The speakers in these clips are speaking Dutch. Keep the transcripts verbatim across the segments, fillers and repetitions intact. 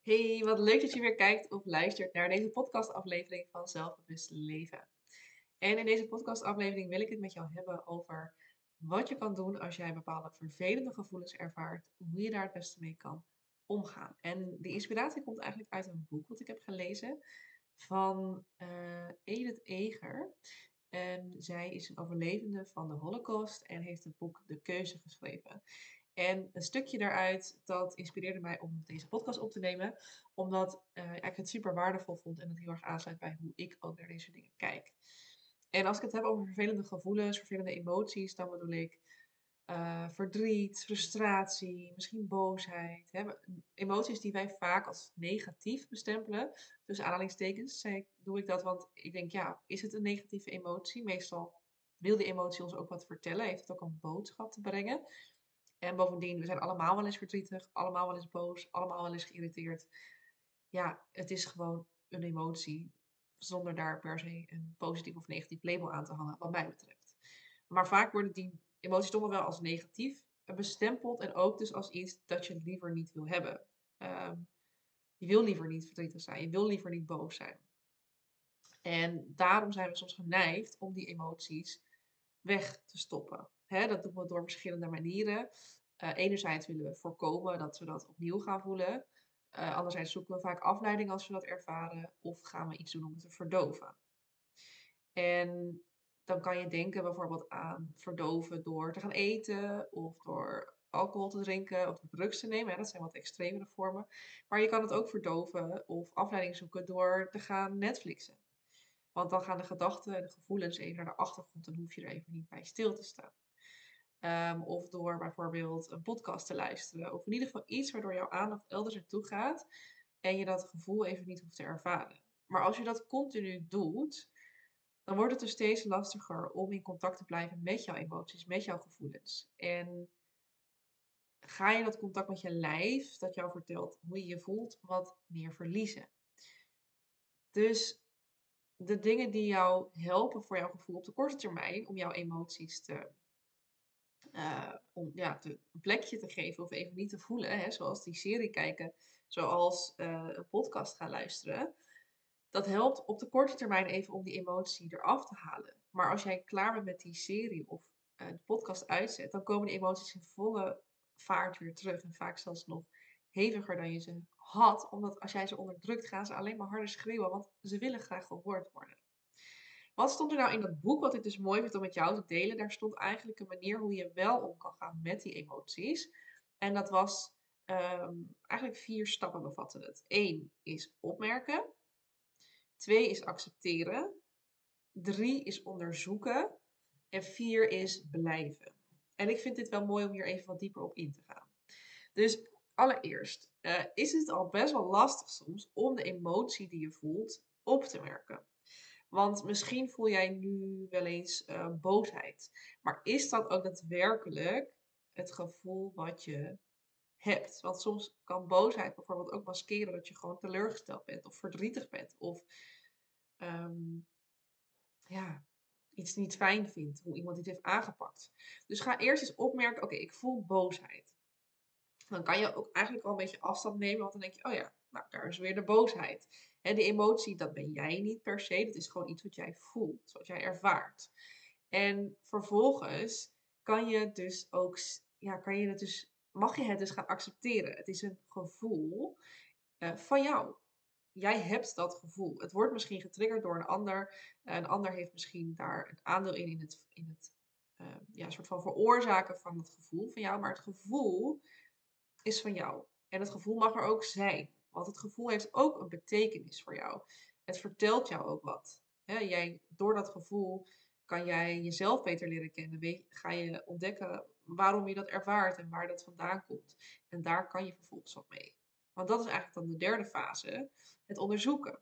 Hey, wat leuk dat je weer kijkt of luistert naar deze podcastaflevering van Zelfbewust Leven. En in deze podcastaflevering wil ik het met jou hebben over wat je kan doen als jij bepaalde vervelende gevoelens ervaart, hoe je daar het beste mee kan omgaan. En die inspiratie komt eigenlijk uit een boek wat ik heb gelezen van eh, Edith Eger. En zij is een overlevende van de Holocaust en heeft het boek De Keuze geschreven. En een stukje daaruit, dat inspireerde mij om deze podcast op te nemen. Omdat eh, ik het super waardevol vond en het heel erg aansluit bij hoe ik ook naar deze dingen kijk. En als ik het heb over vervelende gevoelens, vervelende emoties, dan bedoel ik eh, verdriet, frustratie, misschien boosheid. Hè. Emoties die wij vaak als negatief bestempelen. Dus aanhalingstekens zeg ik- doe ik dat, want ik denk, ja, is het een negatieve emotie? Meestal wil die emotie ons ook wat vertellen, heeft het ook een boodschap te brengen. En bovendien, we zijn allemaal wel eens verdrietig, allemaal wel eens boos, allemaal wel eens geïrriteerd. Ja, het is gewoon een emotie, zonder daar per se een positief of negatief label aan te hangen, wat mij betreft. Maar vaak worden die emoties toch wel als negatief eh, bestempeld en ook dus als iets dat je liever niet wil hebben. Ehm, je wil liever niet verdrietig zijn, je wil liever niet boos zijn. En daarom zijn we soms geneigd om die emoties weg te stoppen. Hè, dat doen we door verschillende manieren. Eh, enerzijds willen we voorkomen dat we dat opnieuw gaan voelen. Eh, anderzijds zoeken we vaak afleiding als we dat ervaren. Of gaan we iets doen om het te verdoven. En dan kan je denken bijvoorbeeld aan verdoven door te gaan eten. Of door alcohol te drinken. Of door drugs te nemen. Hè, dat zijn wat extremere vormen. Maar je kan het ook verdoven of afleiding zoeken door te gaan Netflixen. Want dan gaan de gedachten en de gevoelens even naar de achtergrond en hoef je er even niet bij stil te staan. Ehm, of door bijvoorbeeld een podcast te luisteren. Of in ieder geval iets waardoor jouw aandacht elders naartoe gaat. En je dat gevoel even niet hoeft te ervaren. Maar als je dat continu doet, dan wordt het dus steeds lastiger om in contact te blijven met jouw emoties, met jouw gevoelens. En ga je dat contact met je lijf, dat jou vertelt hoe je je voelt, wat meer verliezen. Dus de dingen die jou helpen voor jouw gevoel op de korte termijn, om jouw emoties te, eh, om, ja, te, een plekje te geven of even niet te voelen, hè, zoals die serie kijken, zoals eh, een podcast gaan luisteren. Dat helpt op de korte termijn even om die emotie eraf te halen. Maar als jij klaar bent met die serie of eh, de podcast uitzet, dan komen de emoties in volle vaart weer terug. En vaak zelfs nog heviger dan je ze had. Omdat als jij ze onderdrukt, gaan ze alleen maar harder schreeuwen. Want ze willen graag gehoord worden. Wat stond er nou in dat boek, wat ik dus mooi vind om met jou te delen? Daar stond eigenlijk een manier hoe je wel om kan gaan met die emoties. En dat was ehm, eigenlijk vier stappen bevatten het. Eén is opmerken. Twee is accepteren. Drie is onderzoeken. En vier is blijven. En ik vind dit wel mooi om hier even wat dieper op in te gaan. Dus allereerst eh, is het al best wel lastig soms om de emotie die je voelt op te merken. Want misschien voel jij nu wel eens eh, boosheid. Maar is dat ook daadwerkelijk het gevoel wat je hebt? Want soms kan boosheid bijvoorbeeld ook maskeren dat je gewoon teleurgesteld bent of verdrietig bent. Of ehm, ja, iets niet fijn vindt, hoe iemand iets heeft aangepakt. Dus ga eerst eens opmerken, oké, ik voel boosheid. Dan kan je ook eigenlijk al een beetje afstand nemen, want dan denk je, oh ja, nou, daar is weer de boosheid. En die emotie, dat ben jij niet per se, dat is gewoon iets wat jij voelt, wat jij ervaart. En vervolgens kan je dus ook, s- ja, kan je het dus, mag je het dus gaan accepteren. Het is een gevoel eh, van jou. Jij hebt dat gevoel. Het wordt misschien getriggerd door een ander. Een ander heeft misschien daar een aandeel in, in het, in het eh, ja, een soort van veroorzaken van het gevoel van jou. Maar het gevoel is van jou. En het gevoel mag er ook zijn. Want het gevoel heeft ook een betekenis voor jou. Het vertelt jou ook wat. Hè, jij, door dat gevoel kan jij jezelf beter leren kennen. Weet, ga je ontdekken waarom je dat ervaart en waar dat vandaan komt. En daar kan je vervolgens wat mee. Want dat is eigenlijk dan de derde fase, het onderzoeken.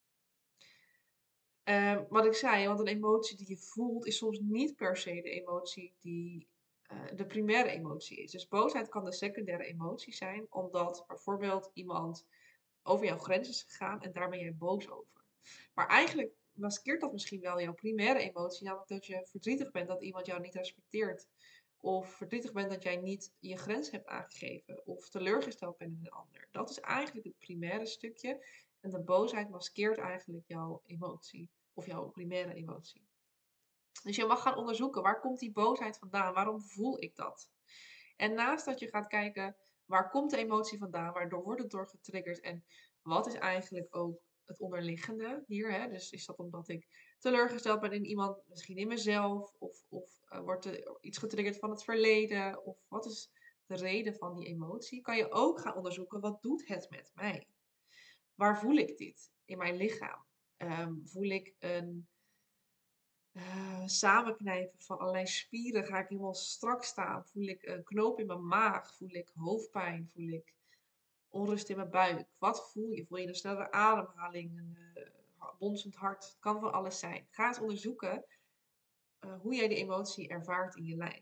Ehm, wat ik zei, want een emotie die je voelt is soms niet per se de emotie die eh, de primaire emotie is. Dus boosheid kan de secundaire emotie zijn, omdat bijvoorbeeld iemand over jouw grens is gegaan en daar ben jij boos over. Maar eigenlijk maskeert dat misschien wel jouw primaire emotie, namelijk dat je verdrietig bent dat iemand jou niet respecteert. Of verdrietig bent dat jij niet je grens hebt aangegeven. Of teleurgesteld bent in een ander. Dat is eigenlijk het primaire stukje. En de boosheid maskeert eigenlijk jouw emotie. Of jouw primaire emotie. Dus je mag gaan onderzoeken, waar komt die boosheid vandaan? Waarom voel ik dat? En naast dat je gaat kijken, waar komt de emotie vandaan? Waardoor wordt het door getriggerd? En wat is eigenlijk ook het onderliggende hier? Hè? Dus is dat omdat ik teleurgesteld ben in iemand, misschien in mezelf? Of, of uh, wordt er iets getriggerd van het verleden? Of wat is de reden van die emotie? Kan je ook gaan onderzoeken, wat doet het met mij? Waar voel ik dit in mijn lichaam? Um, voel ik een uh, samenknijpen van allerlei spieren? Ga ik helemaal strak staan? Voel ik een knoop in mijn maag? Voel ik hoofdpijn? Voel ik onrust in mijn buik? Wat voel je? Voel je een snellere ademhaling? Een uh, bonzend hart? Het kan van alles zijn. Ga eens onderzoeken uh, hoe jij die emotie ervaart in je lijf.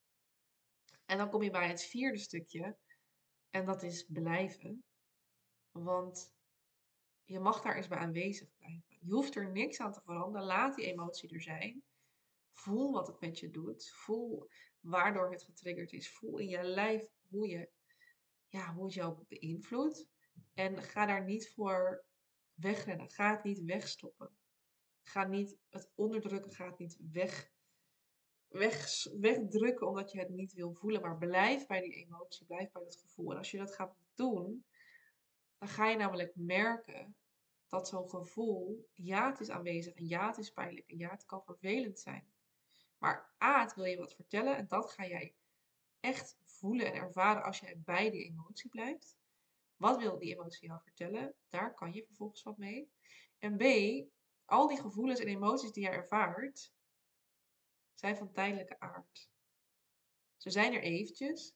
En dan kom je bij het vierde stukje. En dat is blijven. Want je mag daar eens bij aanwezig blijven. Je hoeft er niks aan te veranderen. Laat die emotie er zijn. Voel wat het met je doet. Voel waardoor het getriggerd is. Voel in je lijf hoe, je, ja, hoe het jou beïnvloedt. En ga daar niet voor wegrennen. Ga het niet wegstoppen. Ga niet het onderdrukken. Ga het niet weg, weg, wegdrukken omdat je het niet wil voelen. Maar blijf bij die emotie. Blijf bij dat gevoel. En als je dat gaat doen, dan ga je namelijk merken dat zo'n gevoel, ja, het is aanwezig en ja, het is pijnlijk en ja, het kan vervelend zijn. Maar A, het wil je wat vertellen en dat ga jij echt voelen en ervaren als jij bij die emotie blijft. Wat wil die emotie jou vertellen? Daar kan je vervolgens wat mee. En B, al die gevoelens en emoties die jij ervaart, zijn van tijdelijke aard. Ze zijn er eventjes,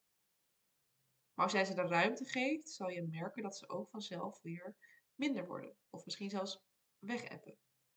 maar als jij ze de ruimte geeft, zal je merken dat ze ook vanzelf weer minder worden. Of misschien zelfs wegappen.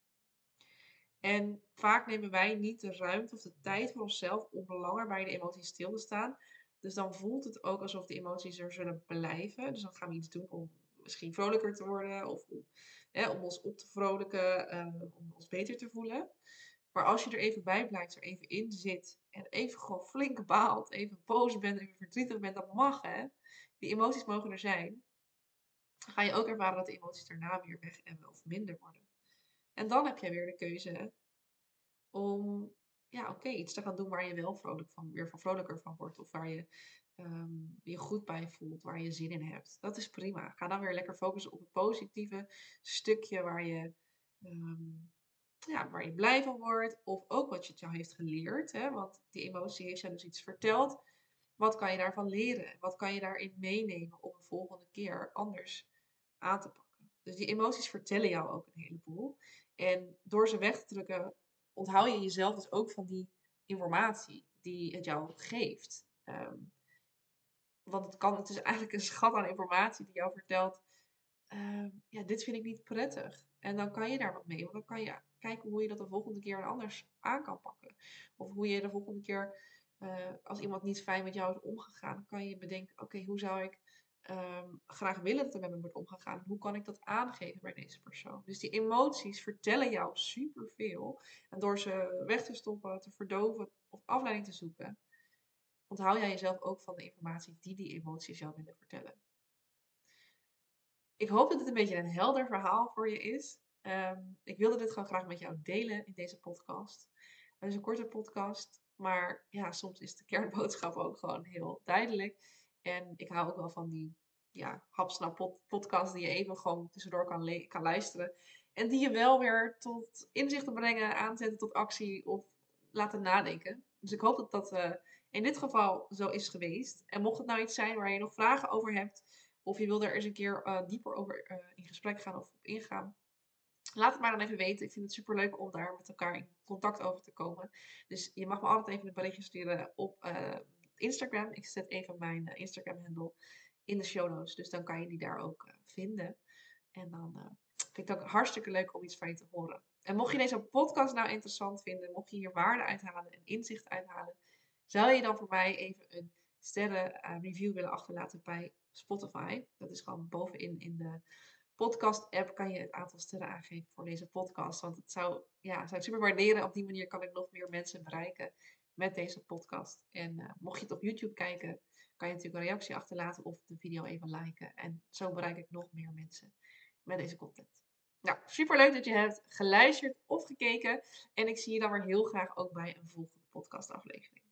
En vaak nemen wij niet de ruimte of de tijd voor onszelf om langer bij de emoties stil te staan. Dus dan voelt het ook alsof de emoties er zullen blijven. Dus dan gaan we iets doen om misschien vrolijker te worden. Of om, hè, om ons op te vrolijken. Uh, om ons beter te voelen. Maar als je er even bij blijft, er even in zit. En even gewoon flink baalt. Even boos bent, even verdrietig bent. Dat mag, hè. Die emoties mogen er zijn. Dan ga je ook ervaren dat de emoties daarna weer weg hebben of minder worden. En dan heb jij weer de keuze om, ja, oké, okay, iets te gaan doen waar je wel vrolijk van, weer van vrolijker van wordt. Of waar je um, je goed bij voelt, waar je zin in hebt. Dat is prima. Ga dan weer lekker focussen op het positieve stukje waar je, um, ja, waar je blij van wordt. Of ook wat het jou heeft geleerd. Hè? Want die emotie heeft jou dus iets verteld. Wat kan je daarvan leren? Wat kan je daarin meenemen om een volgende keer anders aan te pakken? Dus die emoties vertellen jou ook een heleboel. En door ze weg te drukken, onthoud je jezelf dus ook van die informatie die het jou geeft. Um, want het, kan, het is eigenlijk een schat aan informatie die jou vertelt, um, ja, dit vind ik niet prettig. En dan kan je daar wat mee, want dan kan je kijken hoe je dat de volgende keer anders aan kan pakken. Of hoe je de volgende keer, uh, als iemand niet fijn met jou is omgegaan, dan kan je bedenken, oké, okay, hoe zou ik um, graag willen dat er met me wordt omgegaan? Hoe kan ik dat aangeven bij deze persoon? Dus die emoties vertellen jou superveel. En door ze weg te stoppen, te verdoven of afleiding te zoeken, onthoud jij jezelf ook van de informatie die die emoties jou willen vertellen. Ik hoop dat het een beetje een helder verhaal voor je is. Um, ik wilde dit gewoon graag met jou delen in deze podcast. Het is een korte podcast, maar ja, soms is de kernboodschap ook gewoon heel duidelijk. En ik hou ook wel van die ja, hapsnap pod podcast die je even gewoon tussendoor kan, kan luisteren. En die je wel weer tot inzichten brengen, aanzetten tot actie of laten nadenken. Dus ik hoop dat dat uh, in dit geval zo is geweest. En mocht het nou iets zijn waar je nog vragen over hebt, of je wil er eens een keer uh, dieper over uh, in gesprek gaan of op ingaan, laat het maar dan even weten. Ik vind het super leuk om daar met elkaar in contact over te komen. Dus je mag me altijd even een berichtje sturen op uh, Instagram. Ik zet even mijn uh, Instagram handle in de show notes. Dus dan kan je die daar ook uh, vinden. En dan uh, vind ik het ook hartstikke leuk om iets van je te horen. En mocht je deze podcast nou interessant vinden, mocht je hier waarde uithalen en inzicht uithalen, zou je dan voor mij even een sterren uh, review willen achterlaten bij Spotify. Dat is gewoon bovenin in de podcast app kan je het aantal sterren aangeven voor deze podcast. Want het zou, ja, zou ik super waarderen. Op die manier kan ik nog meer mensen bereiken met deze podcast. En uh, mocht je het op YouTube kijken, kan je natuurlijk een reactie achterlaten of de video even liken. En zo bereik ik nog meer mensen met deze content. Nou, superleuk dat je hebt geluisterd of gekeken. En ik zie je dan weer heel graag ook bij een volgende podcastaflevering.